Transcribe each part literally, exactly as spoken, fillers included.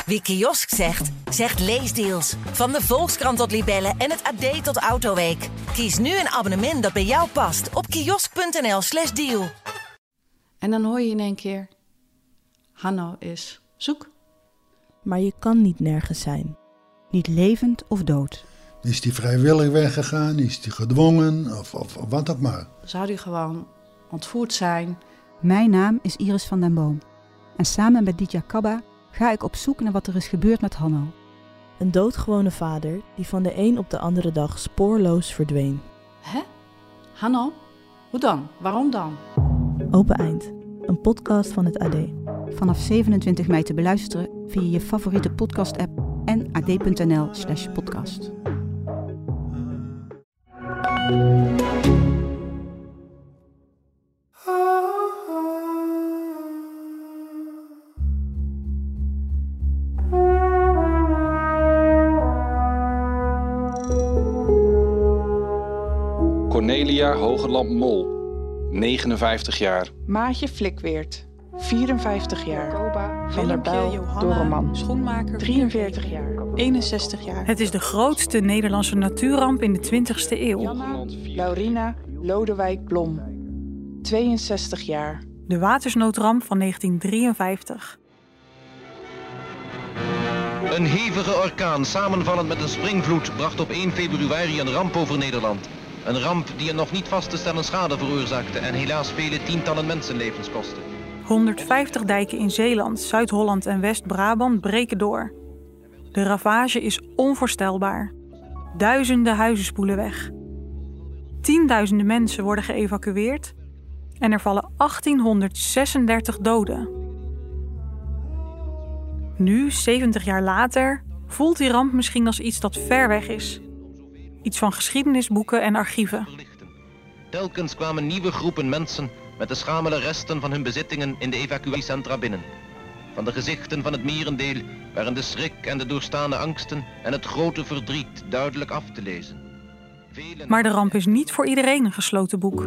Wie kiosk zegt, zegt leesdeals. Van de Volkskrant tot Libellen en het A D tot Autoweek. Kies nu een abonnement dat bij jou past op kiosk.nl slash deal. En dan hoor je in één keer... Hanno is zoek. Maar je kan niet nergens zijn. Niet levend of dood. Is die vrijwillig weggegaan? Is die gedwongen? Of, of, of wat ook maar. Zou die gewoon ontvoerd zijn? Mijn naam is Iris van den Boom. En samen met Ditya Kabba ga ik op zoek naar wat er is gebeurd met Hanno. Een doodgewone vader die van de een op de andere dag spoorloos verdween. Hè? Hanno? Hoe dan? Waarom dan? Open Eind, een podcast van het A D. Vanaf zevenentwintig mei te beluisteren via je favoriete podcast-app en ad.nl slash podcast. Cornelia Hogeland-Mol, negenenvijftig jaar. Maatje Flikweert, vierenvijftig jaar. Van der Bijl, Doreman, schoenmaker, drieënveertig jaar. eenenzestig jaar. Het is de grootste Nederlandse natuurramp in de twintigste eeuw. Janna Laurina Lodewijk Blom, tweeënzestig jaar. De watersnoodramp van negentien drieënvijftig. Een hevige orkaan, samenvallend met een springvloed, bracht op één februari een ramp over Nederland. Een ramp die een nog niet vast te stellen schade veroorzaakte en helaas vele tientallen mensenlevens kostte. honderdvijftig dijken in Zeeland, Zuid-Holland en West-Brabant breken door. De ravage is onvoorstelbaar. Duizenden huizen spoelen weg. Tienduizenden mensen worden geëvacueerd en er vallen achttienhonderdzesendertig doden. Nu, zeventig jaar later, voelt die ramp misschien als iets dat ver weg is. Iets van geschiedenisboeken en archieven. Telkens kwamen nieuwe groepen mensen met de schamele resten van hun bezittingen in de evacuatiecentra binnen. Van de gezichten van het merendeel waren de schrik en de doorstane angsten en het grote verdriet duidelijk af te lezen. Velen... Maar de ramp is niet voor iedereen een gesloten boek.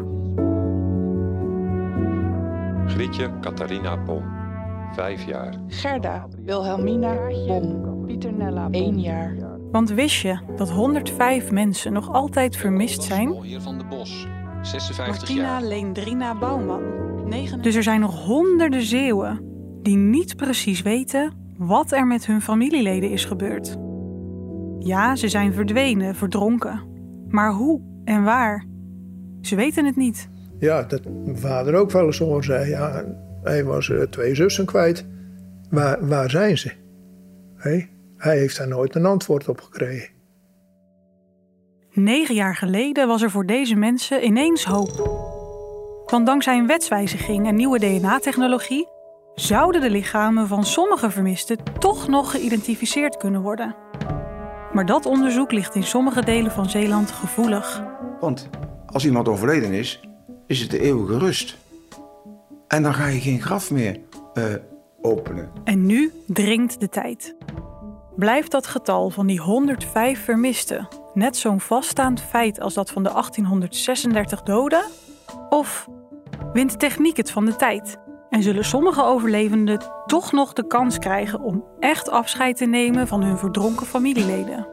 Grietje Catharina Bom, vijf jaar. Gerda Wilhelmina Bom, Pieternella, één jaar. Want wist je dat honderdvijf mensen nog altijd vermist zijn? Heer van de Bos, zesenvijftig Martina jaar. Leendrina Bouwman, negen. Dus er zijn nog honderden Zeeuwen die niet precies weten wat er met hun familieleden is gebeurd. Ja, ze zijn verdwenen, verdronken. Maar hoe en waar? Ze weten het niet. Ja, dat mijn vader ook wel eens zo zei. Ja, hij was uh, twee zussen kwijt. Waar, waar zijn ze? Hey? Hij heeft daar nooit een antwoord op gekregen. Negen jaar geleden was er voor deze mensen ineens hoop. Want dankzij een wetswijziging en nieuwe D N A-technologie... zouden de lichamen van sommige vermisten toch nog geïdentificeerd kunnen worden. Maar dat onderzoek ligt in sommige delen van Zeeland gevoelig. Want als iemand overleden is, is het de eeuwige rust. En dan ga je geen graf meer uh, openen. En nu dringt de tijd. Blijft dat getal van die honderdvijf vermisten net zo'n vaststaand feit als dat van de achttienhonderdzesendertig doden? Of wint techniek het van de tijd? En zullen sommige overlevenden toch nog de kans krijgen om echt afscheid te nemen van hun verdronken familieleden?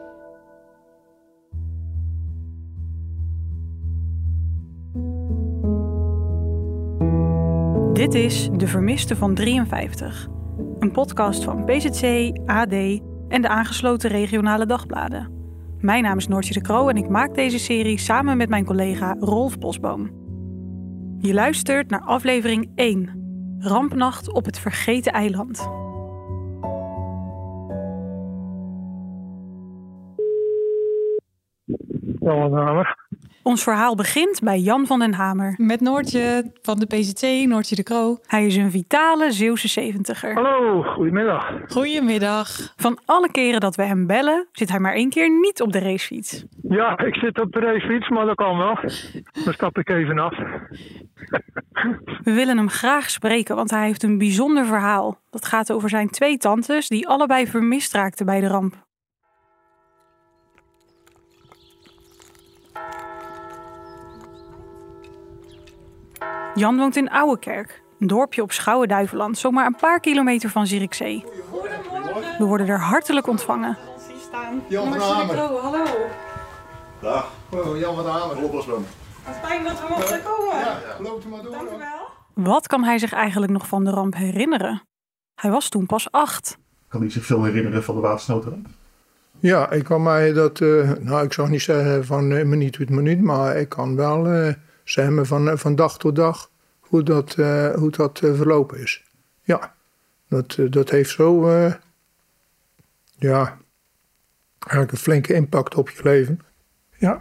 Dit is De Vermisten van drieënvijftig. Een podcast van P Z C, A D en de aangesloten regionale dagbladen. Mijn naam is Noortje de Croo en ik maak deze serie samen met mijn collega Rolf Bosboom. Je luistert naar aflevering één. Rampnacht op het Vergeten Eiland. Ons verhaal begint bij Jan van den Hamer. Met Noortje van de P Z C, Noortje de Croo. Hij is een vitale Zeeuwse zeventiger. Hallo, goedemiddag. Goedemiddag. Van alle keren dat we hem bellen, zit hij maar één keer niet op de racefiets. Ja, ik zit op de racefiets, maar dat kan wel. Dan stap ik even af. We willen hem graag spreken, want hij heeft een bijzonder verhaal. Dat gaat over zijn twee tantes die allebei vermist raakten bij de ramp. Jan woont in Ouwekerk, een dorpje op Schouwen-Duiveland, zomaar een paar kilometer van Zierikzee. Goedemorgen. We worden er hartelijk ontvangen. Jan van Hamer. Hallo. Dag. Oh, Jan van Hamer. Oplosboom. Wat fijn dat we mochten komen. Ja, loop er maar door. Dank u wel. Wat kan hij zich eigenlijk nog van de ramp herinneren? Hij was toen pas acht. Kan hij zich veel herinneren van de watersnoodramp? Ja, ik kan mij dat, uh, nou ik zou niet zeggen van uh, minuut tot minuut, maar ik kan wel uh, zeggen van, uh, van dag tot dag hoe dat, uh, hoe dat uh, verlopen is. Ja, dat, uh, dat heeft zo, uh, ja, eigenlijk een flinke impact op je leven. Ja.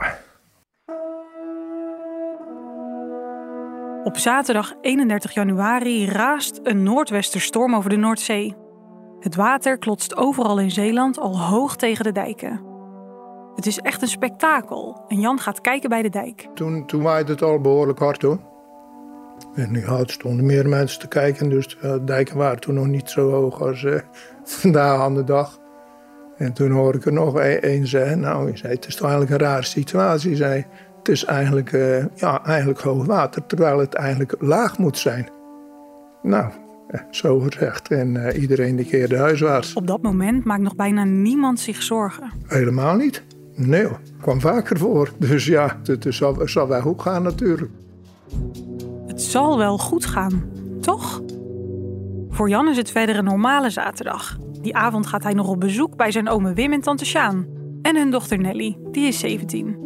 Op zaterdag eenendertig januari raast een noordwesterstorm over de Noordzee. Het water klotst overal in Zeeland al hoog tegen de dijken. Het is echt een spektakel en Jan gaat kijken bij de dijk. Toen, toen waaide het al behoorlijk hard hoor. En ja, er stonden meer mensen te kijken, dus de dijken waren toen nog niet zo hoog als uh, vandaag aan de dag. En toen hoorde ik er nog één zeggen, nou, hij zei, het is toch eigenlijk een rare situatie. Hij zei, het is eigenlijk, uh, ja, eigenlijk hoog water, terwijl het eigenlijk laag moet zijn. Nou, zo gezegd. En uh, iedereen die keerde huiswaarts. Op dat moment maakt nog bijna niemand zich zorgen. Helemaal niet. Nee, het kwam vaker voor. Dus ja, het, het, zal, het zal wel goed gaan natuurlijk. Het zal wel goed gaan, toch? Voor Jan is het verder een normale zaterdag. Die avond gaat hij nog op bezoek bij zijn ome Wim en tante Sjaan. En hun dochter Nelly, die is zeventien.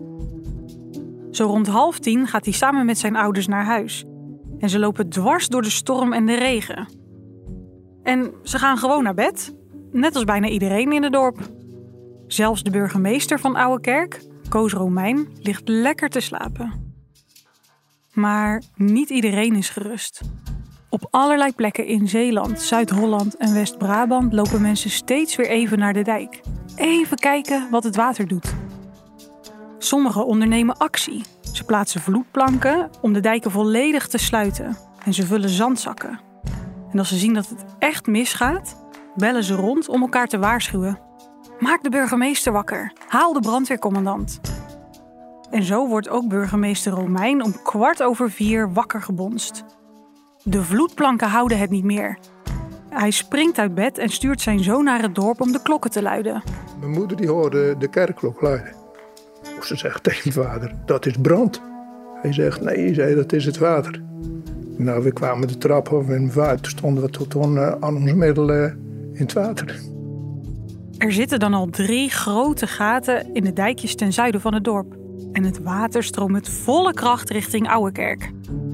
Zo rond half tien gaat hij samen met zijn ouders naar huis. En ze lopen dwars door de storm en de regen. En ze gaan gewoon naar bed. Net als bijna iedereen in het dorp. Zelfs de burgemeester van Ouwekerk, Koos Romein, ligt lekker te slapen. Maar niet iedereen is gerust. Op allerlei plekken in Zeeland, Zuid-Holland en West-Brabant lopen mensen steeds weer even naar de dijk. Even kijken wat het water doet. Sommigen ondernemen actie. Ze plaatsen vloedplanken om de dijken volledig te sluiten. En ze vullen zandzakken. En als ze zien dat het echt misgaat, bellen ze rond om elkaar te waarschuwen. Maak de burgemeester wakker. Haal de brandweercommandant. En zo wordt ook burgemeester Romein om kwart over vier wakker gebonst. De vloedplanken houden het niet meer. Hij springt uit bed en stuurt zijn zoon naar het dorp om de klokken te luiden. Mijn moeder die hoorde de kerkklok luiden. Ze zegt tegen vader, dat is brand. Hij zegt, nee, zei, dat is het water. Nou, we kwamen de trap af en mijn vader stonden we tot on, uh, aan ons middel uh, in het water. Er zitten dan al drie grote gaten in de dijkjes ten zuiden van het dorp. En het water stroomt met volle kracht richting Ouwekerk.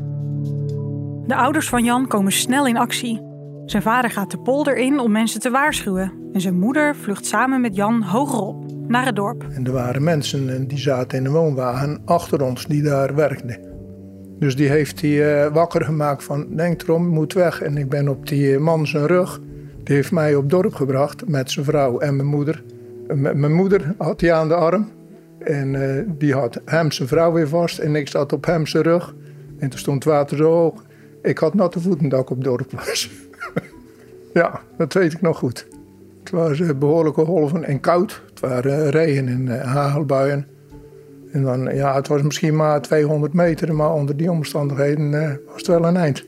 De ouders van Jan komen snel in actie. Zijn vader gaat de polder in om mensen te waarschuwen. En zijn moeder vlucht samen met Jan hogerop, naar het dorp. En er waren mensen die zaten in de woonwagen achter ons die daar werkten. Dus die heeft hij uh, wakker gemaakt van, denk erom, moet weg. En ik ben op die man zijn rug. Die heeft mij op het dorp gebracht met zijn vrouw en mijn moeder. M- mijn moeder had hij aan de arm. En uh, die had hem zijn vrouw weer vast. En ik zat op hem zijn rug. En toen stond het water zo hoog. Ik had natte voeten dat ik op het dorp was. Ja, dat weet ik nog goed. Het was uh, behoorlijke golven en koud. Het waren uh, regen en uh, hagelbuien. En dan, ja, het was misschien maar tweehonderd meter. Maar onder die omstandigheden uh, was het wel een eind.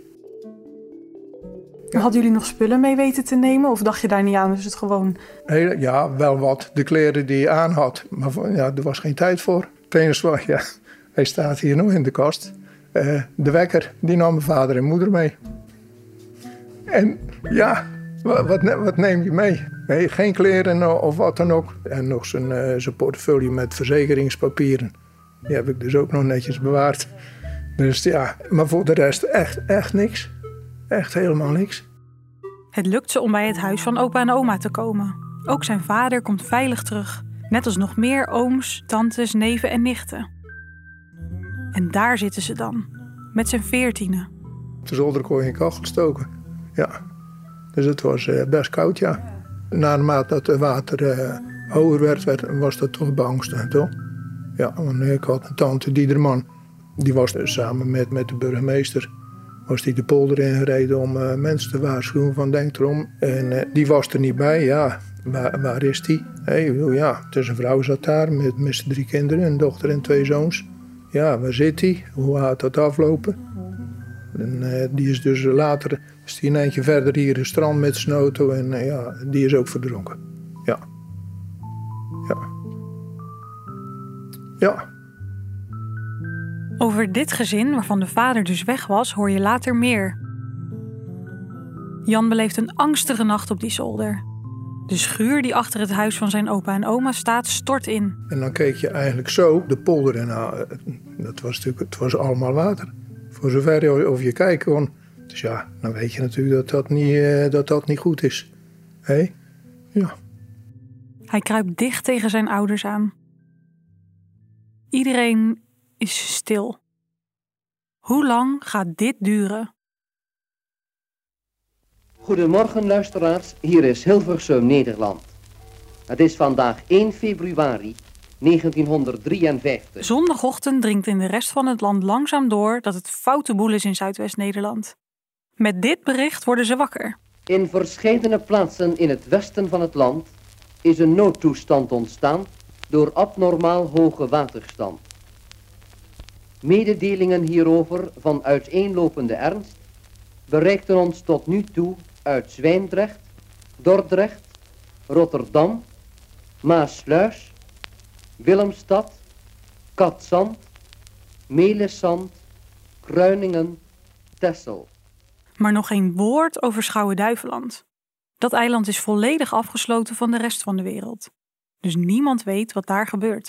Ja. Hadden jullie nog spullen mee weten te nemen? Of dacht je daar niet aan? Dus het gewoon... Hele, ja, wel wat. De kleren die je aan had. Maar ja, er was geen tijd voor. Het enige was, ja, hij staat hier nog in de kast. Uh, de wekker, die nam mijn vader en moeder mee. En ja, wat, wat, wat neem je mee? Nee, geen kleren of wat dan ook. En nog zijn, uh, zijn portefeuille met verzekeringspapieren. Die heb ik dus ook nog netjes bewaard. Dus ja, maar voor de rest echt, echt niks. Echt helemaal niks. Het lukt ze om bij het huis van opa en oma te komen. Ook zijn vader komt veilig terug. Net als nog meer ooms, tantes, neven en nichten. En daar zitten ze dan. Met z'n veertienen. Op de zolder kon je een kachel stoken. Ja. Dus het was uh, best koud, ja. Naarmate dat het water uh, hoger werd, werd, was dat toch beangstigend, toch? Ja, want ik had een tante, Diederman. Die was dus samen met, met de burgemeester... was die de polder ingereden om uh, mensen te waarschuwen van denk erom. En uh, die was er niet bij, ja. Waar, waar is die? Hey, ja, het is een vrouw zat daar met, met zijn drie kinderen, een dochter en twee zoons. Ja, waar zit die? Hoe gaat dat aflopen? En uh, die is dus later Is die een eindje verder hier het strand met zijn auto en uh, ja, die is ook verdronken. Ja. Ja. Ja. Over dit gezin, waarvan de vader dus weg was, hoor je later meer. Jan beleeft een angstige nacht op die zolder. De schuur die achter het huis van zijn opa en oma staat, stort in. En dan keek je eigenlijk zo de polder en nou, dat was natuurlijk, het was allemaal water. Voor zover je over je kijken kon. Dus ja, dan weet je natuurlijk dat dat niet, dat dat niet goed is. Hé? Hey? Ja. Hij kruipt dicht tegen zijn ouders aan. Iedereen is stil. Hoe lang gaat dit duren? Goedemorgen luisteraars, hier is Hilversum, Nederland. Het is vandaag één februari negentienhonderddrieënvijftig. Zondagochtend dringt in de rest van het land langzaam door dat het foute boel is in Zuidwest-Nederland. Met dit bericht worden ze wakker. In verscheidene plaatsen in het westen van het land is een noodtoestand ontstaan door abnormaal hoge waterstand. Mededelingen hierover van uiteenlopende ernst bereikten ons tot nu toe uit Zwijndrecht, Dordrecht, Rotterdam, Maasluis, Willemstad, Katzand, Melissant, Kruiningen, Texel. Maar nog geen woord over Schouwen-Duiveland. Dat eiland is volledig afgesloten van de rest van de wereld. Dus niemand weet wat daar gebeurt.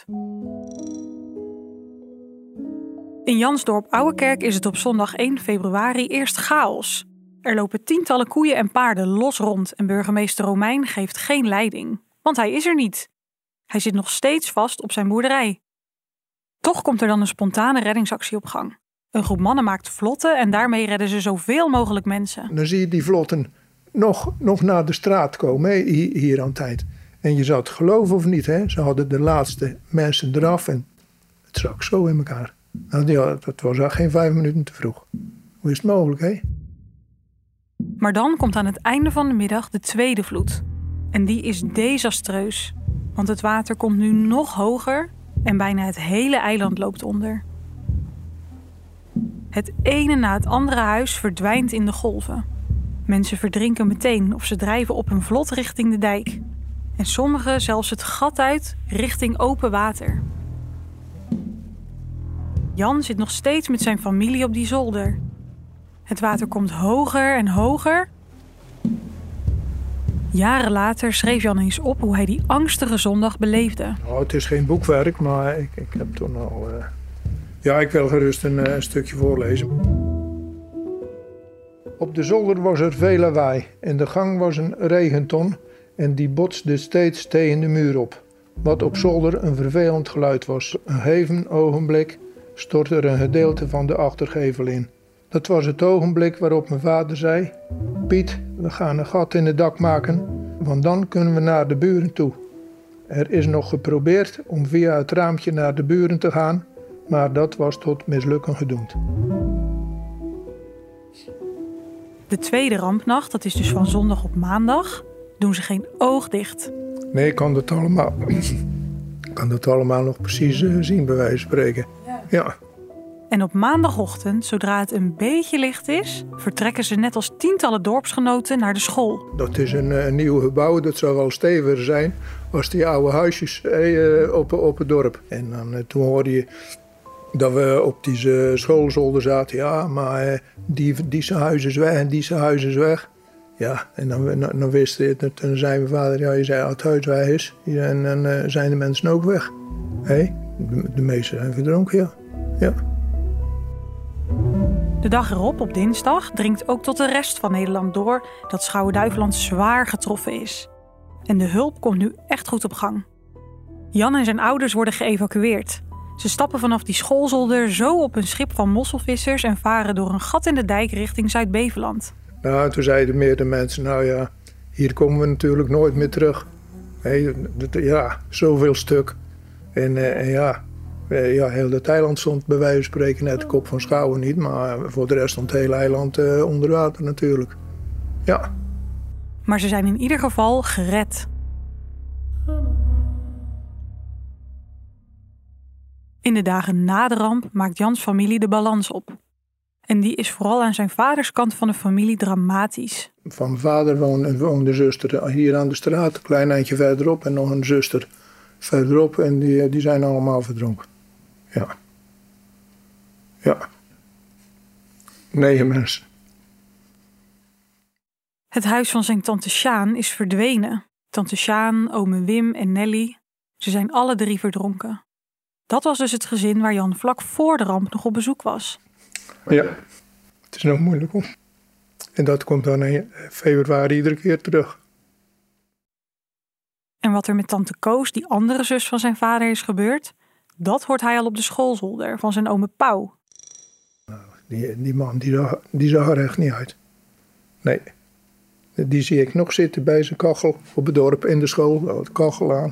In Jansdorp Ouwekerk is het op zondag één februari eerst chaos. Er lopen tientallen koeien en paarden los rond en burgemeester Romein geeft geen leiding, want hij is er niet. Hij zit nog steeds vast op zijn boerderij. Toch komt er dan een spontane reddingsactie op gang. Een groep mannen maakt vlotten en daarmee redden ze zoveel mogelijk mensen. Dan zie je die vlotten nog, nog naar de straat komen, hè, hier aan tijd. En je zou het geloven of niet, hè? Ze hadden de laatste mensen eraf en het zat zo in elkaar. Nou, ja, dat was al geen vijf minuten te vroeg. Hoe is het mogelijk, hè? Maar dan komt aan het einde van de middag de tweede vloed. En die is desastreus. Want het water komt nu nog hoger en bijna het hele eiland loopt onder. Het ene na het andere huis verdwijnt in de golven. Mensen verdrinken meteen of ze drijven op hun vlot richting de dijk. En sommigen zelfs het gat uit richting open water. Jan zit nog steeds met zijn familie op die zolder. Het water komt hoger en hoger. Jaren later schreef Jan eens op hoe hij die angstige zondag beleefde. Oh, het is geen boekwerk, maar ik, ik heb toen al... Uh... Ja, ik wil gerust een, uh, een stukje voorlezen. Op de zolder was er veel lawaai. In de gang was een regenton en die botste steeds tegen de muur op. Wat op zolder een vervelend geluid was. Een gegeven ogenblik stortte er een gedeelte van de achtergevel in. Dat was het ogenblik waarop mijn vader zei: Piet, we gaan een gat in het dak maken, want dan kunnen we naar de buren toe. Er is nog geprobeerd om via het raampje naar de buren te gaan, maar dat was tot mislukken gedoemd. De tweede rampnacht, dat is dus van zondag op maandag, doen ze geen oog dicht. Nee, ik kan dat allemaal, kan dat allemaal nog precies uh, zien, bij wijze van spreken. Ja. ja. En op maandagochtend, zodra het een beetje licht is, vertrekken ze net als tientallen dorpsgenoten naar de school. Dat is een, een nieuw gebouw, dat zou wel steviger zijn als die oude huisjes eh, op, op het dorp. En dan, eh, toen hoorde je dat we op die uh, schoolzolder zaten. Ja, maar eh, die, die zijn huis is weg en die zijn huis is weg. Ja, en dan, dan, dan wist je het. Dan zei mijn vader, ja, je zei dat het huis weg is. En dan uh, zijn de mensen ook weg. Hey, de, de meesten zijn verdronken, ja. ja. De dag erop, op dinsdag, dringt ook tot de rest van Nederland door dat Schouwen-Duiveland zwaar getroffen is. En de hulp komt nu echt goed op gang. Jan en zijn ouders worden geëvacueerd. Ze stappen vanaf die schoolzolder zo op een schip van mosselvissers en varen door een gat in de dijk richting Zuid-Beveland. Nou, toen zeiden meerdere mensen, nou ja, hier komen we natuurlijk nooit meer terug. Hey, ja, zoveel stuk. En, uh, en ja... Ja, heel het eiland stond bij wijze van spreken net de kop van Schouwen niet, maar voor de rest stond het hele eiland uh, onder water natuurlijk. Ja. Maar ze zijn in ieder geval gered. In de dagen na de ramp maakt Jans familie de balans op. En die is vooral aan zijn vaders kant van de familie dramatisch. Van mijn vader woonde, woonde zuster hier aan de straat, een klein eindje verderop. En nog een zuster verderop. En die, die zijn allemaal verdronken. Ja. Ja. Negen mensen. Het huis van zijn tante Sjaan is verdwenen. Tante Sjaan, ome Wim en Nelly, ze zijn alle drie verdronken. Dat was dus het gezin waar Jan vlak voor de ramp nog op bezoek was. Ja, het is nog moeilijk hoor. En dat komt dan in februari iedere keer terug. En wat er met tante Koos, die andere zus van zijn vader, is gebeurd, dat hoort hij al op de schoolzolder van zijn ome Pauw. Nou, die, die man, die zag, die zag er echt niet uit. Nee. Die zie ik nog zitten bij zijn kachel op het dorp in de school, de kachel aan.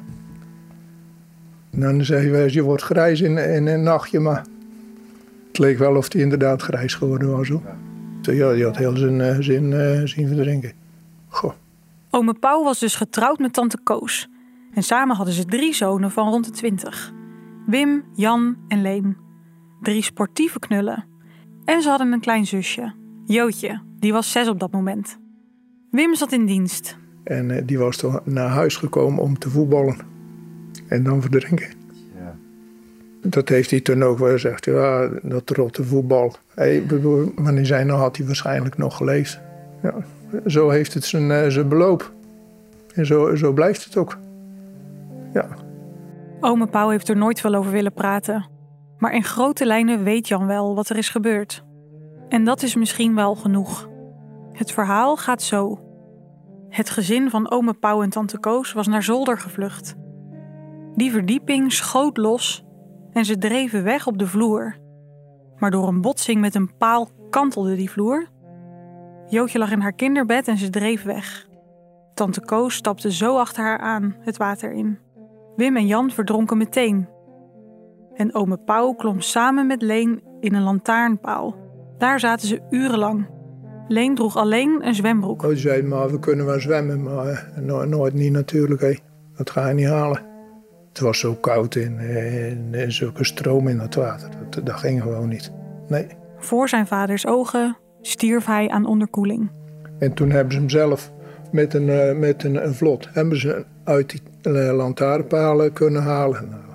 En dan zei hij, je wordt grijs in, in een nachtje, maar het leek wel of hij inderdaad grijs geworden was. Hoor. Ja, die had heel zijn uh, zin uh, zien verdrinken. Goh. Ome Pauw was dus getrouwd met tante Koos. En samen hadden ze drie zonen van rond de twintig. Wim, Jan en Leen. Drie sportieve knullen. En ze hadden een klein zusje, Jootje, die was zes op dat moment. Wim zat in dienst. En uh, die was toch naar huis gekomen om te voetballen. En dan verdrinken. Ja. Dat heeft hij toen ook wel gezegd. Ja, dat rotte voetbal. Hey, bedoel, wanneer zij nou had hij waarschijnlijk nog geleefd. Ja, zo heeft het zijn, uh, zijn beloop. En zo, zo blijft het ook. Ja. Ome Pauw heeft er nooit veel over willen praten. Maar in grote lijnen weet Jan wel wat er is gebeurd. En dat is misschien wel genoeg. Het verhaal gaat zo. Het gezin van ome Pauw en tante Koos was naar zolder gevlucht. Die verdieping schoot los en ze dreven weg op de vloer. Maar door een botsing met een paal kantelde die vloer. Jootje lag in haar kinderbed en ze dreef weg. Tante Koos stapte zo achter haar aan het water in. Wim en Jan verdronken meteen. En ome Pauw klom samen met Leen in een lantaarnpaal. Daar zaten ze urenlang. Leen droeg alleen een zwembroek. Hij zei, maar we kunnen wel zwemmen, maar no- nooit niet natuurlijk. Hé. Dat ga je niet halen. Het was zo koud en, en, en zulke stroom in het water. Dat, dat ging gewoon niet. Nee. Voor zijn vaders ogen stierf hij aan onderkoeling. En toen hebben ze hem zelf met een, uh, met een, een vlot hebben ze uit die uh, lantaarnpalen kunnen halen. Nou.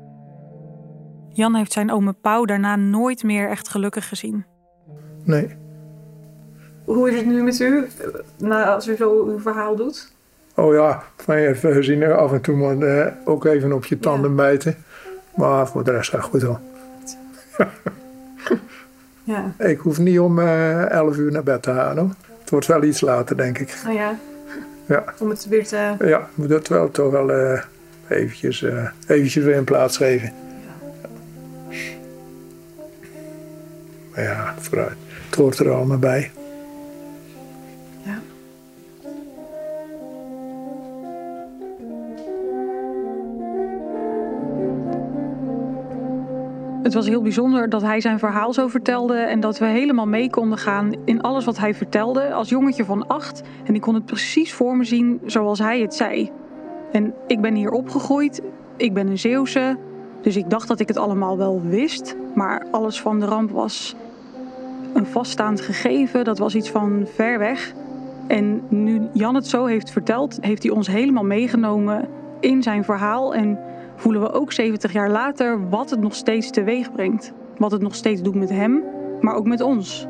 Jan heeft zijn ome Pauw daarna nooit meer echt gelukkig gezien. Nee. Hoe is het nu met u, nou, als u zo uw verhaal doet? Oh ja, van even zien af en toe maar uh, ook even op je tanden ja. bijten. Maar voor de rest gaat goed hoor. Ja. Ik hoef niet om uh, elf uur naar bed te gaan hoor. Het wordt wel iets later denk ik. Oh ja? Ja. Om het weer te... Ja, moet dat wel toch wel uh, eventjes, uh, eventjes weer in plaats geven. Ja. Maar ja, vooruit. Het hoort er allemaal bij. Ja. Het was heel bijzonder dat hij zijn verhaal zo vertelde en dat we helemaal mee konden gaan in alles wat hij vertelde als jongetje van acht. En ik kon het precies voor me zien zoals hij het zei. En ik ben hier opgegroeid, ik ben een Zeeuwse, dus ik dacht dat ik het allemaal wel wist. Maar alles van de ramp was een vaststaand gegeven, dat was iets van ver weg. En nu Jan het zo heeft verteld, heeft hij ons helemaal meegenomen in zijn verhaal en voelen we ook zeventig jaar later wat het nog steeds teweeg brengt. Wat het nog steeds doet met hem, maar ook met ons.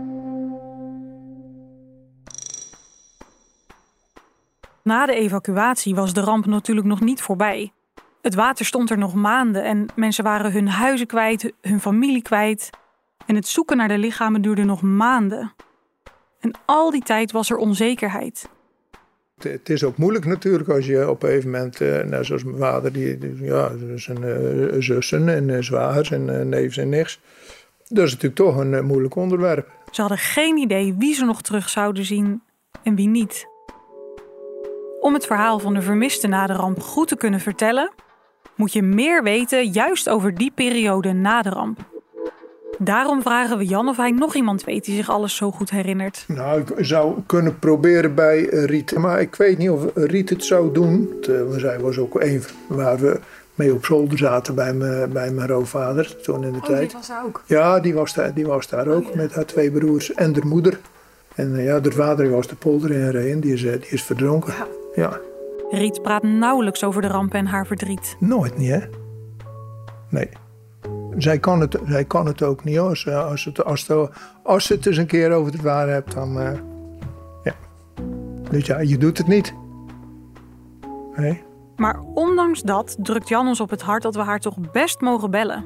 Na de evacuatie was de ramp natuurlijk nog niet voorbij. Het water stond er nog maanden en mensen waren hun huizen kwijt, hun familie kwijt. En het zoeken naar de lichamen duurde nog maanden. En al die tijd was er onzekerheid. Het is ook moeilijk natuurlijk als je op een gegeven moment, uh, net zoals mijn vader, die, die ja, zijn uh, zussen en uh, zwagers en uh, neefs en nichts. Dat is natuurlijk toch een uh, moeilijk onderwerp. Ze hadden geen idee wie ze nog terug zouden zien en wie niet. Om het verhaal van de vermisten na de ramp goed te kunnen vertellen, moet je meer weten juist over die periode na de ramp. Daarom vragen we Jan of hij nog iemand weet die zich alles zo goed herinnert. Nou, ik zou kunnen proberen bij Riet. Maar ik weet niet of Riet het zou doen. Zij was ook een waar we mee op zolder zaten bij, me, bij mijn roofvader toen in de oh, tijd. Die was daar ook? Ja, die was daar, die was daar ook oh, ja. met haar twee broers en haar moeder. En uh, ja, haar vader was de polder ingereden, die is, uh, die is verdronken. Ja. ja. Riet praat nauwelijks over de ramp en haar verdriet. Nooit niet, hè? Nee. Zij kan het, zij kan het ook niet. Als, als, het, als, het, als het eens een keer over het waar hebt, dan... Uh, ja. Dus ja, je doet het niet. Nee. Maar ondanks dat drukt Jan ons op het hart dat we haar toch best mogen bellen.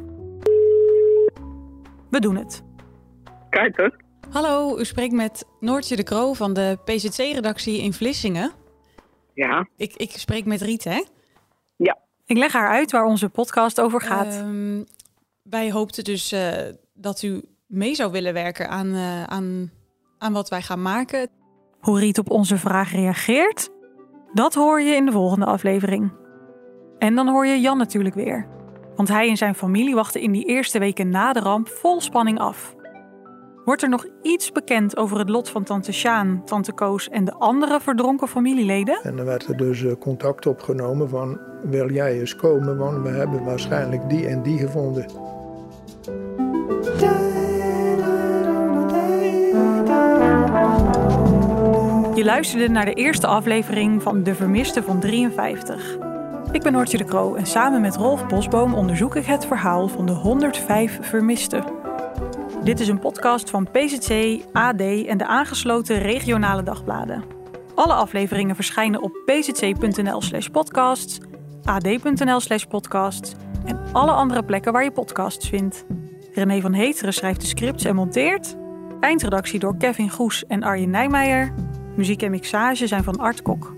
We doen het. Kijk het. Hallo, u spreekt met Noortje de Croo van de P Z C-redactie in Vlissingen. Ja. Ik, ik spreek met Riet, hè? Ja. Ik leg haar uit waar onze podcast over gaat. Um, wij hoopten dus uh, dat u mee zou willen werken aan, uh, aan, aan wat wij gaan maken. Hoe Riet op onze vraag reageert, dat hoor je in de volgende aflevering. En dan hoor je Jan natuurlijk weer. Want hij en zijn familie wachten in die eerste weken na de ramp vol spanning af. Wordt er nog iets bekend over het lot van tante Sjaan, tante Koos en de andere verdronken familieleden? En dan werd er dus contact opgenomen van, wil jij eens komen, want we hebben waarschijnlijk die en die gevonden. Je luisterde naar de eerste aflevering van De Vermisten van drieënvijftig. Ik ben Noortje de Croo en samen met Rolf Bosboom onderzoek ik het verhaal van de honderdvijf vermisten. Dit is een podcast van P Z C, A D en de aangesloten regionale dagbladen. Alle afleveringen verschijnen op pzc.nl slash podcasts, ad.nl slash podcasts en alle andere plekken waar je podcasts vindt. René van Heteren schrijft de scripts en monteert. Eindredactie door Kevin Goes en Arjen Nijmeijer. Muziek en mixage zijn van Art Kok.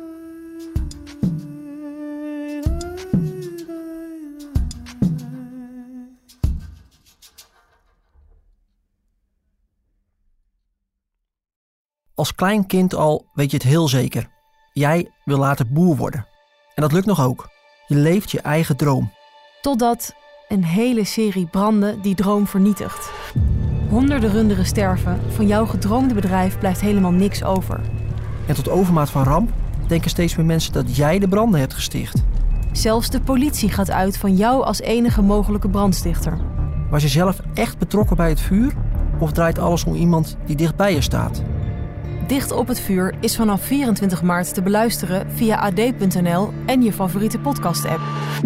Als klein kind al weet je het heel zeker. Jij wil later boer worden. En dat lukt nog ook. Je leeft je eigen droom. Totdat een hele serie branden die droom vernietigt. Honderden runderen sterven. Van jouw gedroomde bedrijf blijft helemaal niks over. En tot overmaat van ramp denken steeds meer mensen dat jij de branden hebt gesticht. Zelfs de politie gaat uit van jou als enige mogelijke brandstichter. Was je zelf echt betrokken bij het vuur? Of draait alles om iemand die dicht bij je staat? Dicht op het vuur is vanaf vierentwintig maart te beluisteren via a d punt n l en je favoriete podcast-app.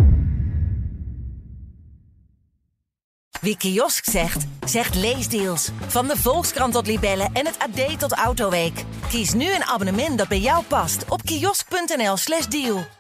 Wie kiosk zegt, zegt leesdeals. Van de Volkskrant tot Libellen en het A D tot Autoweek. Kies nu een abonnement dat bij jou past op kiosk punt n l slash deal.